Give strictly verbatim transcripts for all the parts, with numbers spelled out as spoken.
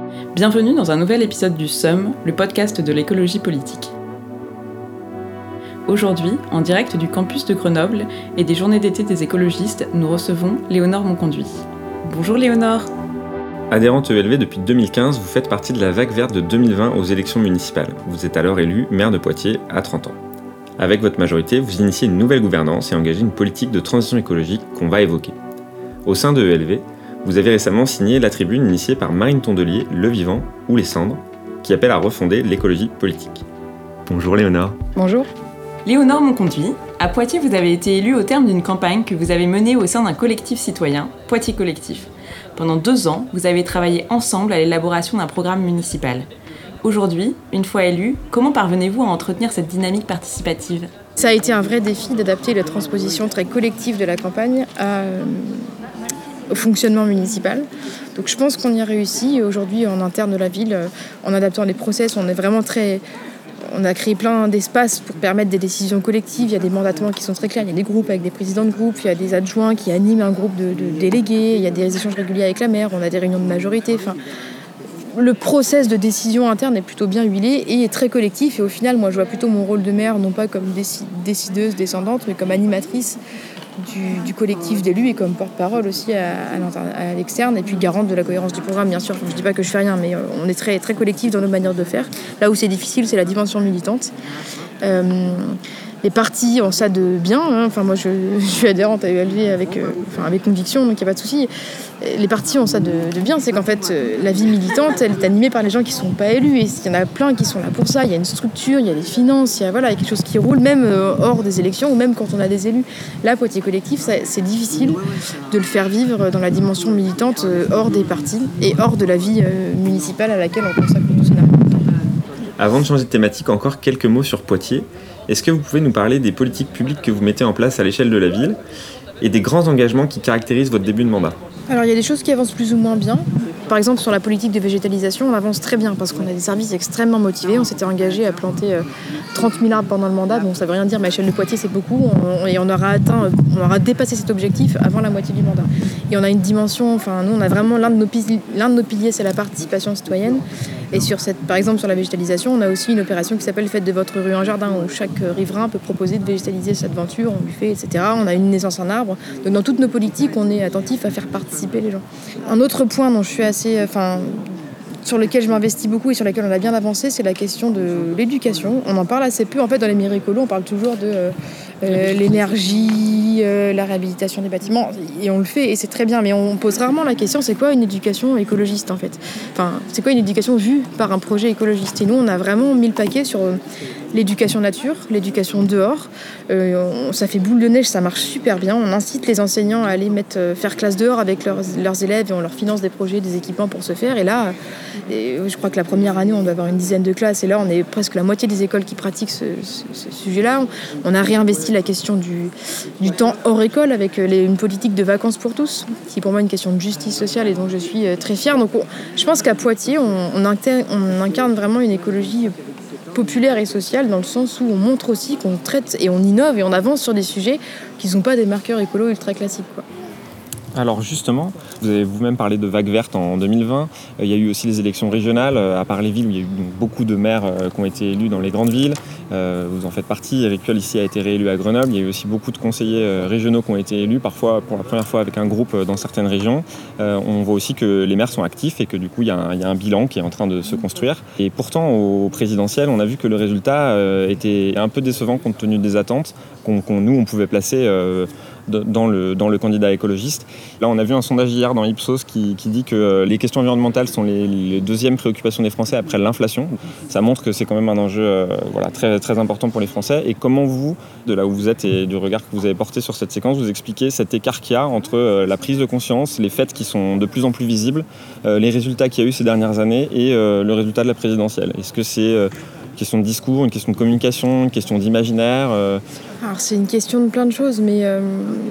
Bienvenue dans un nouvel épisode du S O M, le podcast de l'écologie politique. Aujourd'hui, en direct du campus de Grenoble et des journées d'été des écologistes, nous recevons Léonore Monconduit. Bonjour Léonore. Adhérente E L V depuis deux mille quinze, vous faites partie de la vague verte de deux mille vingt aux élections municipales. Vous êtes alors élue maire de Poitiers à trente ans. Avec votre majorité, vous initiez une nouvelle gouvernance et engagez une politique de transition écologique qu'on va évoquer. Au sein de E L V, vous avez récemment signé la tribune initiée par Marine Tondelier, Le Vivant ou Les Cendres, qui appelle à refonder l'écologie politique. Bonjour Léonore. Bonjour. Léonore Monconduit, à Poitiers, vous avez été élue au terme d'une campagne que vous avez menée au sein d'un collectif citoyen, Poitiers Collectif. Pendant deux ans, vous avez travaillé ensemble à l'élaboration d'un programme municipal. Aujourd'hui, une fois élue, comment parvenez-vous à entretenir cette dynamique participative ? Ça a été un vrai défi d'adapter la transposition très collective de la campagne à, euh, au fonctionnement municipal. Donc je pense qu'on y a réussi. Aujourd'hui, en interne de la ville, euh, en adaptant les process, on est vraiment très... On a créé plein d'espaces pour permettre des décisions collectives. Il y a des mandatements qui sont très clairs. Il y a des groupes avec des présidents de groupe. Il y a des adjoints qui animent un groupe de, de délégués. Il y a des échanges réguliers avec la maire. On a des réunions de majorité. Enfin, le process de décision interne est plutôt bien huilé et est très collectif. Et au final, moi, je vois plutôt mon rôle de maire, non pas comme décideuse, descendante, mais comme animatrice du, du collectif d'élus et comme porte-parole aussi à, à, à l'externe. Et puis garante de la cohérence du programme, bien sûr. Je ne dis pas que je fais rien, mais on est très, très collectif dans nos manières de faire. Là où c'est difficile, c'est la dimension militante. Euh, les partis ont ça de bien, hein. Enfin, moi je, je suis adhérente à E L V avec, euh, enfin, avec conviction, donc il n'y a pas de souci. Les partis ont ça de, de bien, c'est qu'en fait euh, la vie militante, elle est animée par les gens qui ne sont pas élus, et il y en a plein qui sont là pour ça. Il y a une structure, il y a des finances, il y a, voilà, il y a quelque chose qui roule, même euh, hors des élections ou même quand on a des élus. Là, Poitiers Collectif, ça, c'est difficile de le faire vivre dans la dimension militante euh, hors des partis et hors de la vie euh, municipale à laquelle on consacre tous énormément. Avant de changer de thématique, encore quelques mots sur Poitiers. Est-ce que vous pouvez nous parler des politiques publiques que vous mettez en place à l'échelle de la ville et des grands engagements qui caractérisent votre début de mandat ? Alors il y a des choses qui avancent plus ou moins bien. Par exemple sur la politique de végétalisation, on avance très bien parce qu'on a des services extrêmement motivés. On s'était engagé à planter trente mille arbres pendant le mandat. Bon, ça veut rien dire, mais à l'échelle de Poitiers c'est beaucoup. On, et on aura atteint, on aura dépassé cet objectif avant la moitié du mandat. Et on a une dimension, enfin nous on a vraiment l'un de nos piliers, l'un de nos piliers, c'est la participation citoyenne. Et sur cette, par exemple sur la végétalisation, on a aussi une opération qui s'appelle Faites de votre rue un jardin, où chaque riverain peut proposer de végétaliser cette aventure, on lui fait, et cetera. On a une naissance en arbre. Donc dans toutes nos politiques, on est attentif à faire participer les gens. Un autre point dont je suis assez, enfin, sur lequel je m'investis beaucoup et sur lequel on a bien avancé, c'est la question de l'éducation. On en parle assez peu. En fait, dans les mairies écolos, on parle toujours de euh, euh, l'énergie, euh, la réhabilitation des bâtiments, et on le fait, et c'est très bien. Mais on pose rarement la question, c'est quoi une éducation écologiste, en fait ? Enfin, c'est quoi une éducation vue par un projet écologiste ? Et nous, on a vraiment mis le paquet sur euh, l'éducation nature, l'éducation dehors. Euh, on, ça fait boule de neige, ça marche super bien. On incite les enseignants à aller mettre, euh, faire classe dehors avec leurs, leurs élèves, et on leur finance des projets, des équipements pour ce faire. Et là, et je crois que la première année, on doit avoir une dizaine de classes, et là, on est presque la moitié des écoles qui pratiquent ce, ce, ce sujet-là. On a réinvesti la question du, du temps hors école avec les, une politique de vacances pour tous, qui est pour moi une question de justice sociale et dont je suis très fière. Donc, on, je pense qu'à Poitiers, on, on, incarne, on incarne vraiment une écologie populaire et sociale, dans le sens où on montre aussi qu'on traite et on innove et on avance sur des sujets qui ne sont pas des marqueurs écolos ultra classiques, quoi. Alors justement, vous avez vous-même parlé de vague verte en deux mille vingt. Il y a eu aussi les élections régionales, à part les villes où il y a eu donc beaucoup de maires qui ont été élus dans les grandes villes. Vous en faites partie. Eric Piolle ici a été réélu à Grenoble. Il y a eu aussi beaucoup de conseillers régionaux qui ont été élus, parfois pour la première fois avec un groupe dans certaines régions. On voit aussi que les maires sont actifs et que du coup il y a un, il y a un bilan qui est en train de se construire. Et pourtant au présidentiel, on a vu que le résultat était un peu décevant compte tenu des attentes qu'on, qu'on nous on pouvait placer dans le, dans le candidat écologiste. Là, on a vu un sondage hier dans Ipsos qui, qui dit que les questions environnementales sont les, les deuxièmes préoccupations des Français après l'inflation. Ça montre que c'est quand même un enjeu euh, voilà, très, très important pour les Français. Et comment vous, de là où vous êtes et du regard que vous avez porté sur cette séquence, vous expliquez cet écart qu'il y a entre euh, la prise de conscience, les faits qui sont de plus en plus visibles, euh, les résultats qu'il y a eu ces dernières années et euh, le résultat de la présidentielle ? Est-ce que c'est euh, une question de discours, une question de communication, une question d'imaginaire euh... Alors c'est une question de plein de choses, mais euh,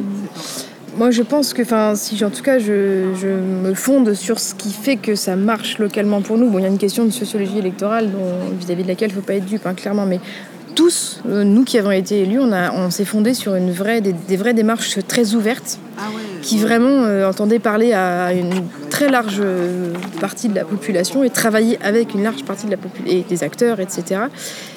moi je pense que, enfin, si en tout cas je, je me fonde sur ce qui fait que ça marche localement pour nous. Bon, il y a une question de sociologie électorale dont, vis-à-vis de laquelle il ne faut pas être dupe, hein, clairement, mais tous, euh, nous qui avons été élus, on, a, on s'est fondé sur une vraie, des, des vraies démarches très ouvertes, ah ouais, qui ouais. vraiment euh, entendaient parler à une très très large partie de la population et travailler avec une large partie de la population, et des acteurs, et cetera.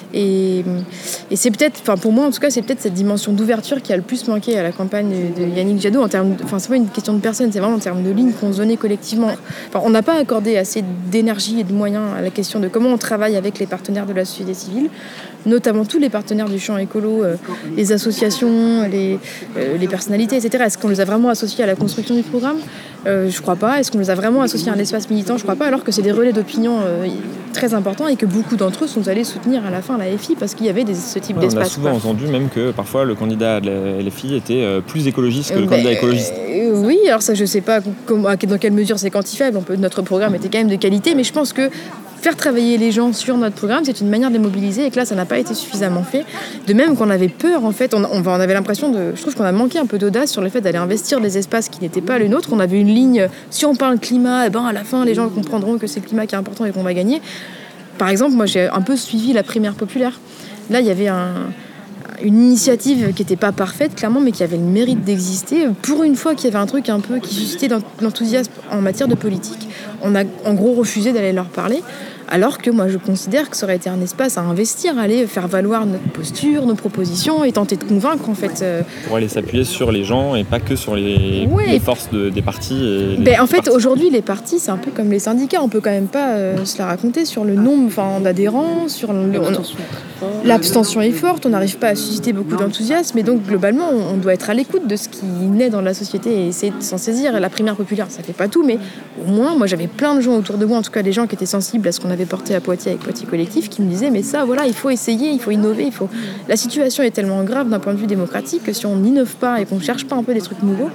Et, et c'est peut-être, enfin pour moi en tout cas, c'est peut-être cette dimension d'ouverture qui a le plus manqué à la campagne de Yannick Jadot en termes, de, enfin c'est pas une question de personne, c'est vraiment en termes de lignes qu'on se donnait collectivement. Enfin, on n'a pas accordé assez d'énergie et de moyens à la question de comment on travaille avec les partenaires de la société civile, notamment tous les partenaires du champ écolo, euh, les associations, les, euh, les personnalités, et cetera. Est-ce qu'on les a vraiment associés à la construction du programme ? euh, Je crois pas. Est-ce qu'on les a vraiment associés à un espace militant ? Je crois pas, alors que c'est des relais d'opinion euh, très importants et que beaucoup d'entre eux sont allés soutenir à la fin la F I parce qu'il y avait des, ce type ouais, d'espace. On a souvent quoi. entendu même que parfois le candidat de la L F I était euh, plus écologiste que euh, le candidat bah, écologiste. Euh, oui, alors ça je sais pas comment, dans quelle mesure c'est quantifiable. On peut, notre programme était quand même de qualité, mais je pense que faire travailler les gens sur notre programme, c'est une manière de les mobiliser et que là, ça n'a pas été suffisamment fait. De même qu'on avait peur, en fait, on, on avait l'impression de... Je trouve qu'on a manqué un peu d'audace sur le fait d'aller investir des espaces qui n'étaient pas les nôtres. On avait une ligne, si on parle climat, eh ben, à la fin, les gens comprendront que c'est le climat qui est important et qu'on va gagner. Par exemple, moi, j'ai un peu suivi la primaire populaire. Là, il y avait un... une initiative qui n'était pas parfaite, clairement, mais qui avait le mérite d'exister. Pour une fois qu'il y avait un truc un peu qui suscitait l'enthousiasme en matière de politique, on a en gros refusé d'aller leur parler. Alors que moi, je considère que ça aurait été un espace à investir, aller faire valoir notre posture, nos propositions et tenter de convaincre, en fait. Euh... Pour aller s'appuyer sur les gens et pas que sur les, ouais. les forces de, des partis. Et ben, en fait, partis. Aujourd'hui, les partis, c'est un peu comme les syndicats. On peut quand même pas euh, se la raconter sur le nombre d'adhérents, sur le... L'abstention est forte, on n'arrive pas à susciter beaucoup d'enthousiasme, et donc, globalement, on doit être à l'écoute de ce qui naît dans la société et essayer de s'en saisir. Et la primaire populaire, ça fait pas tout, mais au moins, moi, j'avais plein de gens autour de moi, en tout cas des gens qui étaient sensibles à ce qu'on avait porté à Poitiers avec Poitiers Collectif, qui me disaient mais ça voilà, il faut essayer, il faut innover, il faut... la situation est tellement grave d'un point de vue démocratique que si on n'innove pas et qu'on ne cherche pas un peu des trucs nouveaux,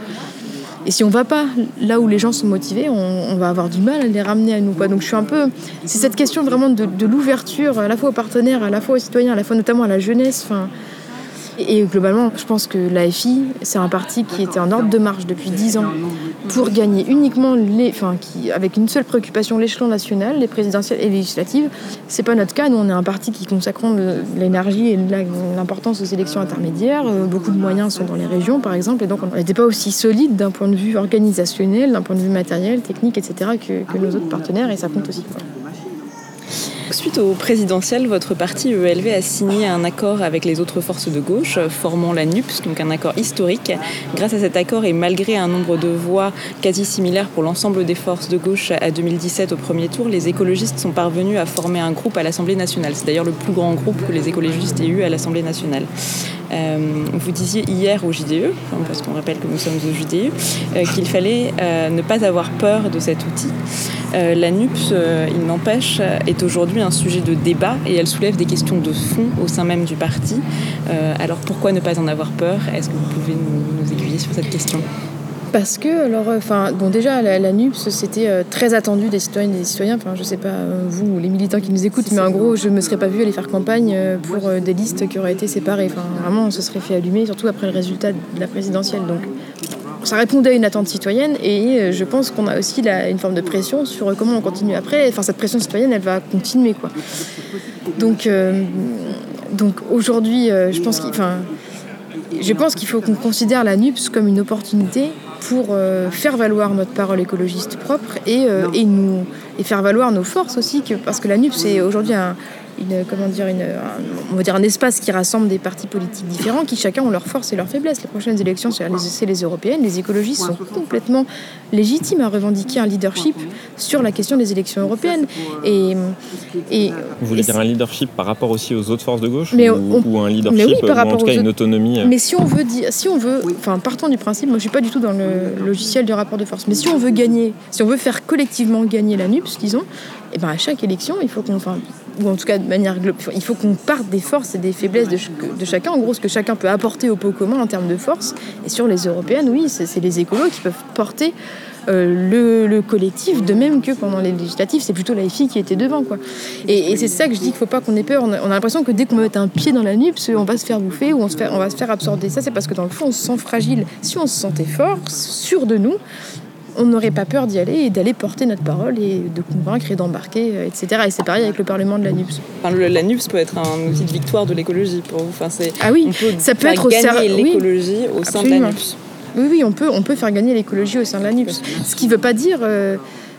et si on ne va pas là où les gens sont motivés, on, on va avoir du mal à les ramener à nous, quoi. Donc je suis un peu, c'est cette question vraiment de, de l'ouverture à la fois aux partenaires, à la fois aux citoyens, à la fois notamment à la jeunesse, enfin. Et globalement, je pense que l'A F I, c'est un parti qui était en ordre de marche depuis dix ans pour gagner uniquement, les, enfin, qui, avec une seule préoccupation, l'échelon national, les présidentielles et les législatives. C'est pas notre cas. Nous, on est un parti qui consacrons de l'énergie et l'importance aux élections intermédiaires. Beaucoup de moyens sont dans les régions, par exemple, et donc on n'était pas aussi solide d'un point de vue organisationnel, d'un point de vue matériel, technique, et cetera, que, que nos autres partenaires, et ça compte aussi, quoi. Suite au présidentiel, votre parti E L V a signé un accord avec les autres forces de gauche, formant la N U P S, donc un accord historique. Grâce à cet accord et malgré un nombre de voix quasi similaire pour l'ensemble des forces de gauche à deux mille dix-sept au premier tour, les écologistes sont parvenus à former un groupe à l'Assemblée nationale. C'est d'ailleurs le plus grand groupe que les écologistes aient eu à l'Assemblée nationale. Euh, vous disiez hier au J D E, parce qu'on rappelle que nous sommes au J D E, euh, qu'il fallait euh, ne pas avoir peur de cet outil. Euh, la N U P S, euh, il n'empêche, est aujourd'hui un sujet de débat et elle soulève des questions de fond au sein même du parti. Euh, alors pourquoi ne pas en avoir peur ? Est-ce que vous pouvez nous, nous aiguiller sur cette question ? Parce que, alors, enfin, bon, déjà, la, la N U P S, c'était euh, très attendu des citoyennes et des citoyens. Enfin, je sais pas, euh, vous ou les militants qui nous écoutent, mais en gros, je me serais pas vue aller faire campagne euh, pour euh, des listes qui auraient été séparées. Enfin, vraiment, on se serait fait allumer, surtout après le résultat de la présidentielle. Donc, ça répondait à une attente citoyenne et euh, je pense qu'on a aussi la, une forme de pression sur euh, comment on continue après. Enfin, cette pression citoyenne, elle va continuer, quoi. Donc, euh, donc aujourd'hui, euh, je pense qu'il, enfin, je pense qu'il faut qu'on considère la N U P S comme une opportunité pour euh, faire valoir notre parole écologiste propre et, euh, et, nous, et faire valoir nos forces aussi, que, parce que la N U P S c'est aujourd'hui un, une, comment dire, une, un, on va dire un espace qui rassemble des partis politiques différents qui chacun ont leurs forces et leurs faiblesses. Les prochaines élections, c'est les, c'est les européennes. Les écologistes sont complètement légitimes à revendiquer un leadership sur la question des élections européennes. Et, et, Vous voulez et dire un leadership par rapport aussi aux autres forces de gauche mais ou, on, ou un leadership, oui, par ou en tout cas une autres... autonomie euh... Mais si on veut dire, si on veut, enfin partons du principe, moi je suis pas du tout dans le logiciel du rapport de force, mais si on veut gagner, si on veut faire collectivement gagner la N U P S, disons, et ben à chaque élection, il faut qu'on, enfin, ou en tout cas de manière globale, il faut qu'on parte des forces et des faiblesses de, ch- de chacun, en gros ce que chacun peut apporter au pot commun en termes de force. Et sur les européennes, oui, c'est, c'est les écolos qui peuvent porter euh, le, le collectif, de même que pendant les législatives, c'est plutôt la F I qui était devant, quoi. Et, et c'est ça que je dis qu'il faut pas qu'on ait peur. On a, on a l'impression que dès qu'on met un pied dans la N U P S, on va se faire bouffer ou on, se fait, on va se faire absorber. Ça, c'est parce que dans le fond, on se sent fragile. Si on se sentait fort, sûr de nous, on n'aurait pas peur d'y aller et d'aller porter notre parole et de convaincre et d'embarquer, et cetera. Et c'est pareil avec le Parlement de la N U P S. Enfin, le, la N U P S peut être un outil de victoire de l'écologie pour vous. Enfin, c'est, ah oui, on peut ça peut faire être au gagner ser- l'écologie oui, au sein absolument. de la N U P S. Oui, oui, on peut, on peut faire gagner l'écologie au sein de la N U P S. Ce qui ne veut pas dire... Euh,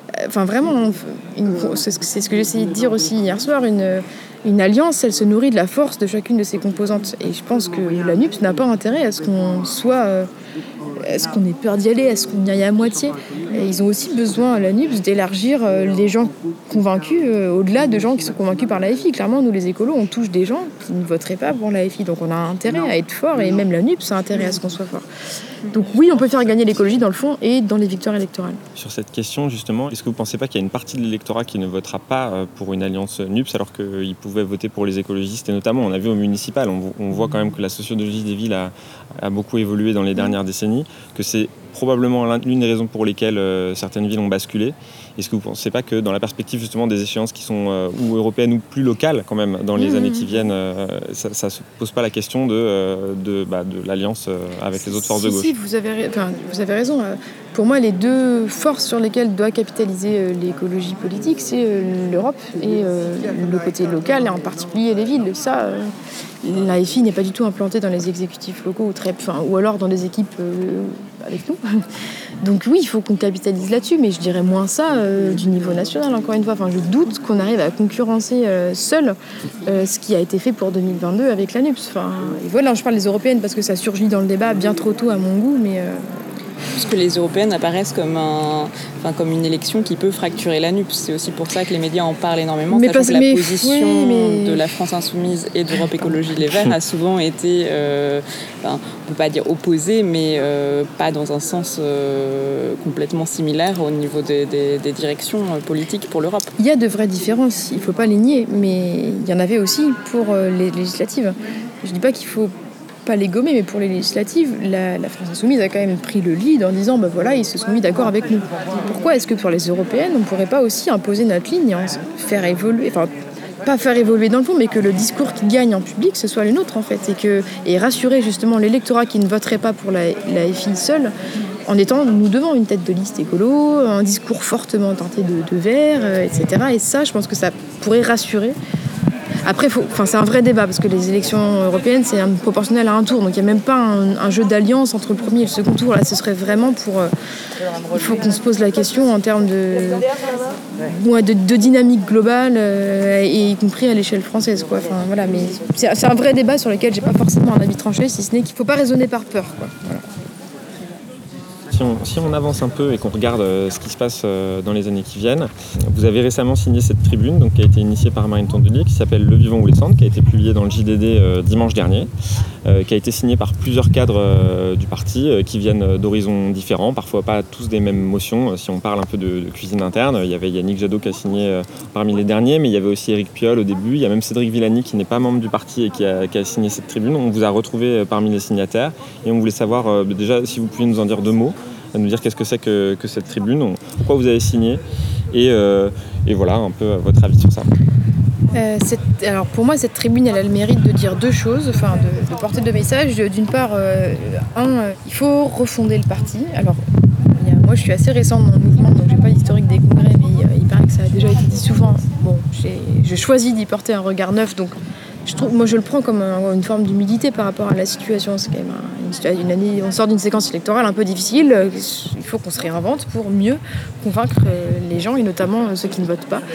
Enfin, vraiment, une, c'est ce que j'essayais de dire aussi hier soir, une, une alliance, elle se nourrit de la force de chacune de ses composantes. Et je pense que la N U P S n'a pas intérêt à ce qu'on soit... Euh, est-ce qu'on ait peur d'y aller, est-ce qu'on y aille à moitié. Et ils ont aussi besoin, la N U P S, d'élargir euh, les gens convaincus euh, au-delà de gens qui sont convaincus par l'A F I. Clairement, nous, les écolos, on touche des gens qui ne voteraient pas pour l'A F I. Donc on a intérêt à être fort, et même la N U P S a intérêt à ce qu'on soit fort. Donc oui, on peut faire gagner l'écologie dans le fond et dans les victoires électorales. Sur cette question, justement, est-ce que vous ne pensez pas qu'il y a une partie de l'électorat qui ne votera pas pour une alliance N U P S alors qu'ils pouvaient voter pour les écologistes? Et notamment, on a vu au municipal, on, on voit quand même que la sociologie des villes a, a beaucoup évolué dans les dernières décennies, que c'est probablement l'une des raisons pour lesquelles euh, certaines villes ont basculé. Est-ce que vous ne pensez pas que dans la perspective justement des échéances qui sont euh, ou européennes ou plus locales quand même dans les mmh. années qui viennent, euh, ça ne se pose pas la question de, euh, de, bah, de l'alliance euh, avec les autres forces si, de gauche? Si, vous avez, enfin, vous avez raison. Pour moi, les deux forces sur lesquelles doit capitaliser l'écologie politique, c'est l'Europe et euh, le côté local, et en particulier les villes. Ça, euh, l'A F I n'est pas du tout implantée dans les exécutifs locaux, ou, très, enfin, ou alors dans des équipes euh, avec nous. Donc oui, il faut qu'on capitalise là-dessus, mais je dirais moins ça euh, du niveau national, encore une fois. Enfin, je doute qu'on arrive à concurrencer euh, seul euh, ce qui a été fait pour deux mille vingt-deux avec la N U P S. Enfin, et voilà, je parle des européennes parce que ça surgit dans le débat bien trop tôt à mon goût, mais... Euh... Puisque les européennes apparaissent comme, un, enfin, comme une élection qui peut fracturer la N U P S. C'est aussi pour ça que les médias en parlent énormément. Mais sachant pas, que la mais, position oui, mais... de la France Insoumise et d'Europe Écologie Les Verts a souvent été, euh, enfin, on ne peut pas dire opposée, mais euh, pas dans un sens euh, complètement similaire au niveau des, des, des directions politiques pour l'Europe. Il y a de vraies différences, il ne faut pas les nier, mais il y en avait aussi pour les législatives. Je ne dis pas qu'il faut pas les gommer, mais pour les législatives, la, la France Insoumise a quand même pris le lead en disant, ben bah voilà, ils se sont mis d'accord avec nous. Pourquoi est-ce que pour les européennes, on ne pourrait pas aussi imposer notre ligne et en faire évoluer, enfin, pas faire évoluer dans le fond, mais que le discours qui gagne en public, ce soit le nôtre, en fait, et, que, et rassurer justement l'électorat qui ne voterait pas pour la, la F I seule, en étant, nous devant une tête de liste écolo, un discours fortement teinté de, de vert, euh, et cetera. Et ça, je pense que ça pourrait rassurer. Après, faut, c'est un vrai débat, parce que les élections européennes, c'est un proportionnel à un tour. Donc il n'y a même pas un, un jeu d'alliance entre le premier et le second tour. Là, ce serait vraiment pour... Euh, il faut qu'on se pose la question en termes de, ouais, de, de dynamique globale, euh, et y compris à l'échelle française, quoi. Enfin, voilà, mais c'est, c'est un vrai débat sur lequel je n'ai pas forcément un avis tranché, si ce n'est qu'il ne faut pas raisonner par peur, quoi. Voilà. Si on, si on avance un peu et qu'on regarde euh, ce qui se passe euh, dans les années qui viennent, vous avez récemment signé cette tribune donc, qui a été initiée par Marine Tondelier, qui s'appelle Le Vivant ou les Cendres, qui a été publiée dans le J D D euh, dimanche dernier, euh, qui a été signée par plusieurs cadres euh, du parti euh, qui viennent d'horizons différents, parfois pas tous des mêmes motions. Si on parle un peu de, de cuisine interne, il y avait Yannick Jadot qui a signé euh, parmi les derniers, mais il y avait aussi Éric Piolle au début, il y a même Cédric Villani qui n'est pas membre du parti et qui a, qui a signé cette tribune. On vous a retrouvé parmi les signataires et on voulait savoir euh, déjà si vous pouviez nous en dire deux mots, à nous dire qu'est-ce que c'est que, que cette tribune, pourquoi vous avez signé, et, euh, et voilà un peu votre avis sur ça. Euh, cette, alors pour moi, cette tribune, elle a le mérite de dire deux choses, enfin de, de porter deux messages. D'une part, euh, un, euh, il faut refonder le parti. Alors, il y a, moi, je suis assez récente dans le mouvement, donc j'ai pas l'historique des congrès, mais euh, il paraît que ça a déjà été dit souvent. Bon, j'ai, je choisis d'y porter un regard neuf, donc je trouve, moi, je le prends comme un, une forme d'humilité par rapport à la situation. C'est quand même une, une année, on sort d'une séquence électorale un peu difficile. Il faut qu'on se réinvente pour mieux convaincre les gens, et notamment ceux qui ne votent pas.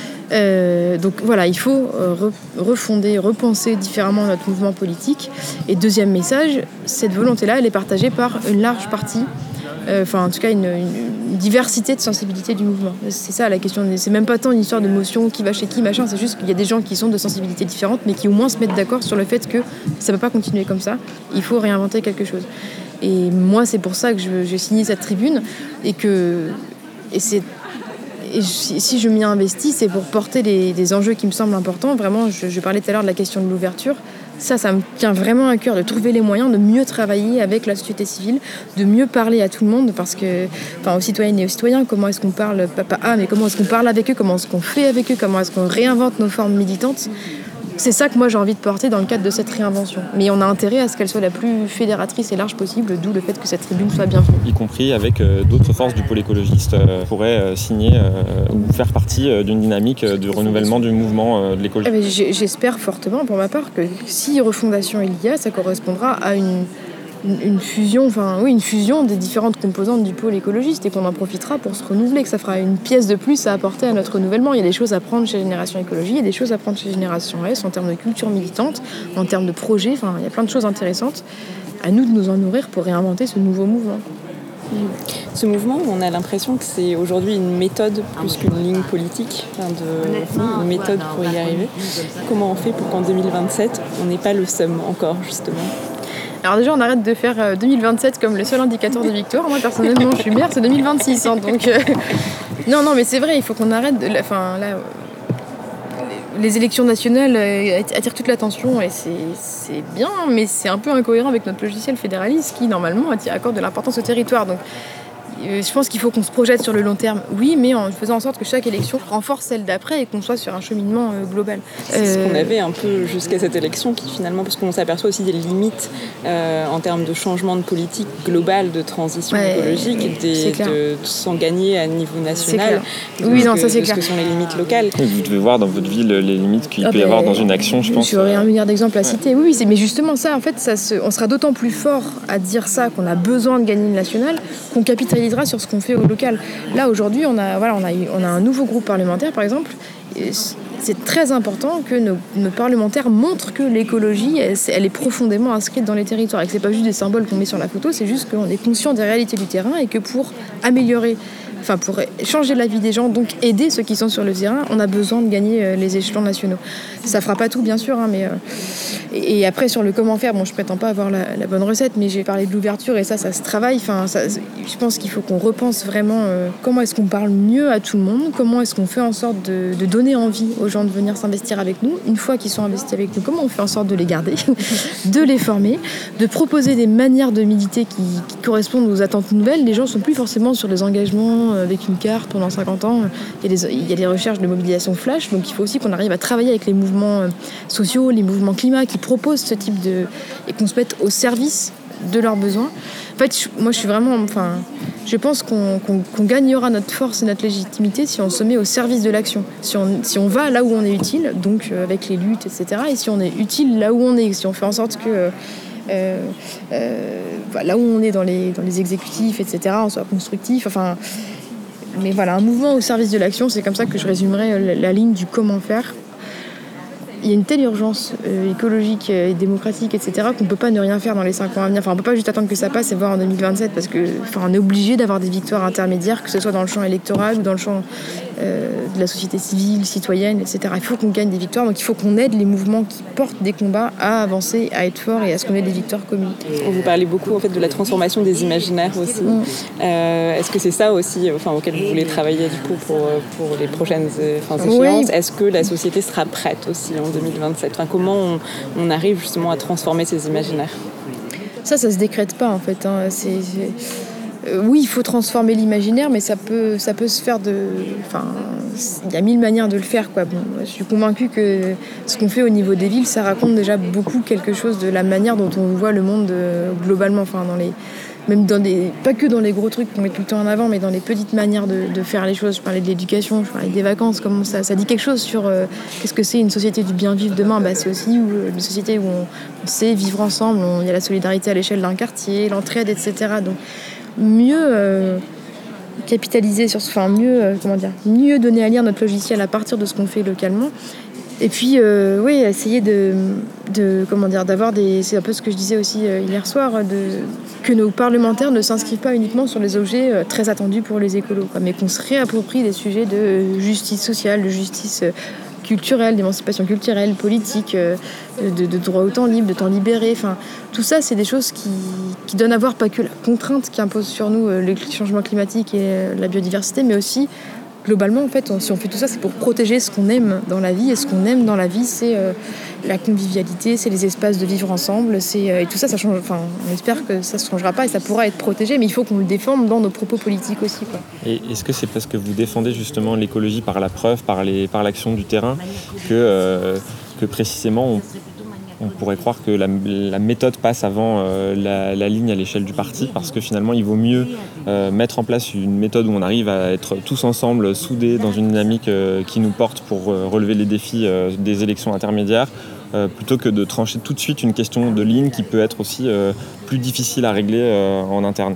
Euh, donc voilà, il faut re, refonder, repenser différemment notre mouvement politique. Et deuxième message, cette volonté-là, elle est partagée par une large partie, euh, enfin en tout cas une, une, une diversité de sensibilité du mouvement. C'est ça la question, c'est même pas tant une histoire de motion, qui va chez qui, machin, c'est juste qu'il y a des gens qui sont de sensibilités différentes, mais qui au moins se mettent d'accord sur le fait que ça ne peut pas continuer comme ça, il faut réinventer quelque chose. Et moi, c'est pour ça que je, j'ai signé cette tribune, et que et c'est Et si je m'y investis, c'est pour porter des, des enjeux qui me semblent importants. Vraiment, je, je parlais tout à l'heure de la question de l'ouverture. Ça, ça me tient vraiment à cœur de trouver les moyens de mieux travailler avec la société civile, de mieux parler à tout le monde, parce que, enfin, aux citoyennes et aux citoyens, comment est-ce qu'on parle, pas, pas ah, mais comment est-ce qu'on parle avec eux, comment est-ce qu'on fait avec eux, comment est-ce qu'on réinvente nos formes militantes. C'est ça que moi j'ai envie de porter dans le cadre de cette réinvention. Mais on a intérêt à ce qu'elle soit la plus fédératrice et large possible, d'où le fait que cette tribune soit bienvenue. Y compris avec euh, d'autres forces du pôle écologiste euh, pourraient euh, signer euh, ou faire partie euh, d'une dynamique euh, de renouvellement du mouvement euh, de l'écologie. Eh bien, j'espère fortement pour ma part que si refondation il y a, ça correspondra à une une, une fusion, enfin oui, une fusion des différentes composantes du pôle écologiste et qu'on en profitera pour se renouveler, que ça fera une pièce de plus à apporter à notre renouvellement. Il y a des choses à prendre chez Génération Écologie, il y a des choses à prendre chez Génération S en termes de culture militante, en termes de projets, enfin il y a plein de choses intéressantes. À nous de nous en nourrir pour réinventer ce nouveau mouvement. Ce mouvement, on a l'impression que c'est aujourd'hui une méthode plus qu'une ligne politique, enfin de, une méthode pour y arriver. Comment on fait pour qu'en deux mille vingt-sept, on n'ait pas le seum encore, justement ? Alors déjà, on arrête de faire deux mille vingt-sept comme le seul indicateur de victoire. Moi, personnellement, je suis meilleure, c'est deux mille vingt-six. Hein, donc, euh... non, non, mais c'est vrai, il faut qu'on arrête de... Enfin, là... Les élections nationales attirent toute l'attention et c'est, c'est bien, mais c'est un peu incohérent avec notre logiciel fédéraliste qui, normalement, accorde de l'importance au territoire. Donc, je pense qu'il faut qu'on se projette sur le long terme, oui, mais en faisant en sorte que chaque élection renforce celle d'après et qu'on soit sur un cheminement euh, global. C'est euh... ce qu'on avait un peu jusqu'à cette élection, qui finalement, parce qu'on s'aperçoit aussi des limites euh, en termes de changement de politique globale, de transition ouais, écologique, des, de, de s'en gagner à niveau national. De oui, non, ça c'est de clair. Ce que sont les limites locales. Vous devez voir dans votre ville les limites qu'il ah peut y bah, avoir dans une action, je pense. J'aurais un milliard d'exemples à citer. Ouais. Oui, oui c'est, mais justement ça, en fait, ça se, on sera d'autant plus fort à dire ça, qu'on a besoin de gagner le national, qu'on capitalisera sur ce qu'on fait au local. Là, aujourd'hui, on a, voilà, on a, eu, on a un nouveau groupe parlementaire, par exemple. Et c'est très important que nos, nos parlementaires montrent que l'écologie, elle, elle est profondément inscrite dans les territoires et que c'est pas juste des symboles qu'on met sur la photo, c'est juste qu'on est conscient des réalités du terrain et que pour améliorer, enfin pour changer la vie des gens, donc aider ceux qui sont sur le terrain, on a besoin de gagner euh, les échelons nationaux. Ça fera pas tout, bien sûr, hein, mais euh, et, et après sur le comment faire, bon, je prétends pas avoir la, la bonne recette, mais j'ai parlé de l'ouverture et ça, ça se travaille. Enfin, ça, je pense qu'il faut qu'on repense vraiment euh, comment est-ce qu'on parle mieux à tout le monde, comment est-ce qu'on fait en sorte de, de donner envie aux gens de venir s'investir avec nous. Une fois qu'ils sont investis avec nous, comment on fait en sorte de les garder, de les former, de proposer des manières de militer qui, qui correspondent aux attentes nouvelles. Les gens sont plus forcément sur les engagements avec une carte pendant cinquante ans. Il y a des, il y a des recherches de mobilisation flash, donc il faut aussi qu'on arrive à travailler avec les mouvements sociaux, les mouvements climat qui proposent ce type de... et qu'on se mette au service de leurs besoins. En fait, je, moi je suis vraiment... Enfin, je pense qu'on, qu'on, qu'on gagnera notre force et notre légitimité si on se met au service de l'action. Si on, si on va là où on est utile, donc euh, avec les luttes, et cetera. Et si on est utile là où on est, si on fait en sorte que... Euh, Euh, euh, bah, là où on est dans les, dans les exécutifs, et cetera, on soit constructif, enfin, mais voilà, un mouvement au service de l'action, c'est comme ça que je résumerais la, la ligne du comment faire. Il y a une telle urgence euh, écologique et démocratique, et cetera, qu'on ne peut pas ne rien faire dans les cinq ans à venir. Enfin, on ne peut pas juste attendre que ça passe et voir en deux mille vingt-sept, parce que, enfin, on est obligé d'avoir des victoires intermédiaires, que ce soit dans le champ électoral ou dans le champ euh, de la société civile, citoyenne, et cetera. Il faut qu'on gagne des victoires, donc il faut qu'on aide les mouvements qui portent des combats à avancer, à être forts et à ce qu'on ait des victoires communes. Vous parlez beaucoup en fait de la transformation des imaginaires aussi. Mm. Euh, est-ce que c'est ça aussi, enfin, auquel vous voulez travailler du coup pour, pour les prochaines enfin, échéances ? Oui. Est-ce que la société sera prête aussi en deux mille vingt-sept. Enfin, comment on, on arrive justement à transformer ces imaginaires ? Ça, ça se décrète pas en fait. Hein. C'est, c'est... Euh, oui, il faut transformer l'imaginaire, mais ça peut, ça peut se faire de... Enfin, il y a mille manières de le faire, quoi. Bon, je suis convaincue que ce qu'on fait au niveau des villes, ça raconte déjà beaucoup quelque chose de la manière dont on voit le monde euh, globalement, enfin, dans les... Même dans des, pas que dans les gros trucs qu'on met tout le temps en avant, mais dans les petites manières de, de faire les choses. Je parlais de l'éducation, je parlais des vacances, comment ça, ça dit quelque chose sur euh, qu'est-ce que c'est une société du bien vivre demain. Bah, c'est aussi où, une société où on, on sait vivre ensemble, il y a la solidarité à l'échelle d'un quartier, l'entraide, et cetera. Donc mieux euh, capitaliser sur ce, enfin mieux, euh, comment dire, mieux donner à lire notre logiciel à partir de ce qu'on fait localement. Et puis, euh, oui, essayer de, de, comment dire, d'avoir des... C'est un peu ce que je disais aussi euh, hier soir, de, que nos parlementaires ne s'inscrivent pas uniquement sur les objets euh, très attendus pour les écolos, quoi, mais qu'on se réapproprie des sujets de justice sociale, de justice euh, culturelle, d'émancipation culturelle, politique, euh, de, de droit au temps libre, de temps libéré. Enfin, tout ça, c'est des choses qui, qui donnent à voir pas que la contrainte qui impose sur nous euh, le changement climatique et euh, la biodiversité, mais aussi... Globalement, en fait, on, si on fait tout ça, c'est pour protéger ce qu'on aime dans la vie. Et ce qu'on aime dans la vie, c'est euh, la convivialité, c'est les espaces de vivre ensemble. C'est, euh, et tout ça, ça change. Enfin, on espère que ça ne se changera pas et ça pourra être protégé, mais il faut qu'on le défende dans nos propos politiques aussi, quoi. Et est-ce que c'est parce que vous défendez justement l'écologie par la preuve, par, les, par l'action du terrain, que, euh, que précisément on... On pourrait croire que la, la méthode passe avant euh, la, la ligne à l'échelle du parti, parce que finalement il vaut mieux euh, mettre en place une méthode où on arrive à être tous ensemble, soudés dans une dynamique euh, qui nous porte pour euh, relever les défis euh, des élections intermédiaires, euh, plutôt que de trancher tout de suite une question de ligne qui peut être aussi euh, plus difficile à régler euh, en interne.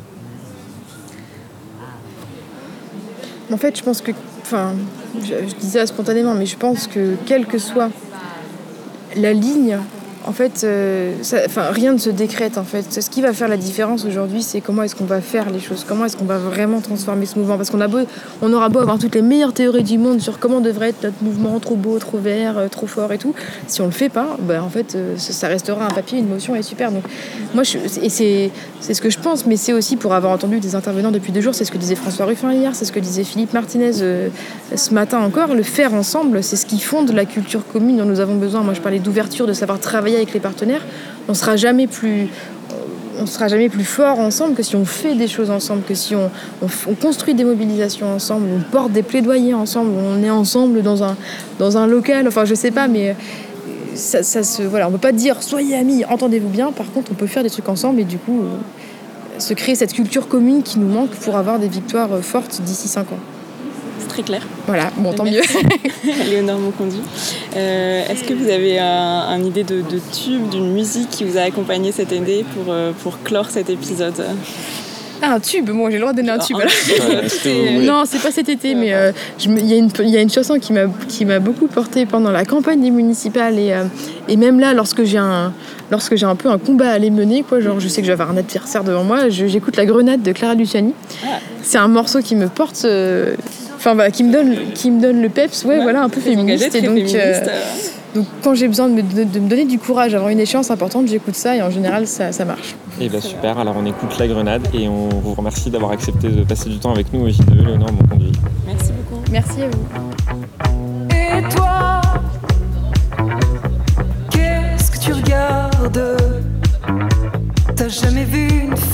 En fait, je pense que, enfin, je, je disais ça spontanément, mais je pense que quelle que soit la ligne, en fait, euh, ça, enfin, rien ne se décrète en fait. Ce qui va faire la différence aujourd'hui, c'est comment est-ce qu'on va faire les choses, comment est-ce qu'on va vraiment transformer ce mouvement. Parce qu'on a beau, on aura beau avoir toutes les meilleures théories du monde sur comment devrait être notre mouvement, trop beau, trop vert, euh, trop fort et tout. Si on le fait pas, ben, en fait, euh, ça restera un papier, une motion et super. Donc, moi, je, et c'est, c'est ce que je pense, mais c'est aussi pour avoir entendu des intervenants depuis deux jours. C'est ce que disait François Ruffin hier, c'est ce que disait Philippe Martinez euh, ce matin encore. Le faire ensemble, c'est ce qui fonde la culture commune dont nous avons besoin. Moi, je parlais d'ouverture, de savoir travailler avec les partenaires. On sera jamais plus on sera jamais plus fort ensemble que si on fait des choses ensemble, que si on, on, on construit des mobilisations ensemble, on porte des plaidoyers ensemble, on est ensemble dans un, dans un local, enfin je sais pas, mais ça, ça se, voilà, on peut pas dire soyez amis, entendez-vous bien. Par contre, on peut faire des trucs ensemble et du coup euh, se créer cette culture commune qui nous manque pour avoir des victoires fortes d'ici cinq ans. C'est très clair. Voilà, bon, tant Merci. mieux. Léonore Monconduit. Euh, est-ce que vous avez un, un idée de, de tube, d'une musique qui vous a accompagné cette année pour, euh, pour clore cet épisode? Ah, un tube, moi j'ai le droit de donner un tube. Un tube. Oui. Non, c'est pas cet été, mais euh, je me- il y, a une- il y a une chanson qui m'a, qui m'a beaucoup portée pendant la campagne des municipales et, euh, et même là, lorsque j'ai, un, lorsque j'ai un peu un combat à aller mener, quoi, genre je sais que je vais avoir un adversaire devant moi, je- j'écoute La Grenade de Clara Luciani. Ah. C'est un morceau qui me porte, euh, enfin voilà, qui me donne, qui me donne le peps, ouais, Ouais, voilà, un peu très féministe. engagée, Et très donc, féministe, euh, euh. donc quand j'ai besoin de me, de, de me donner du courage avant une échéance importante, j'écoute ça et en général ça, ça marche. Et bien super, alors on écoute La Grenade et on vous remercie d'avoir accepté de passer du temps avec nous au J deux, Léonore Monconduit. Merci beaucoup. Merci à vous. Et toi, qu'est-ce que tu regardes? T'as jamais vu une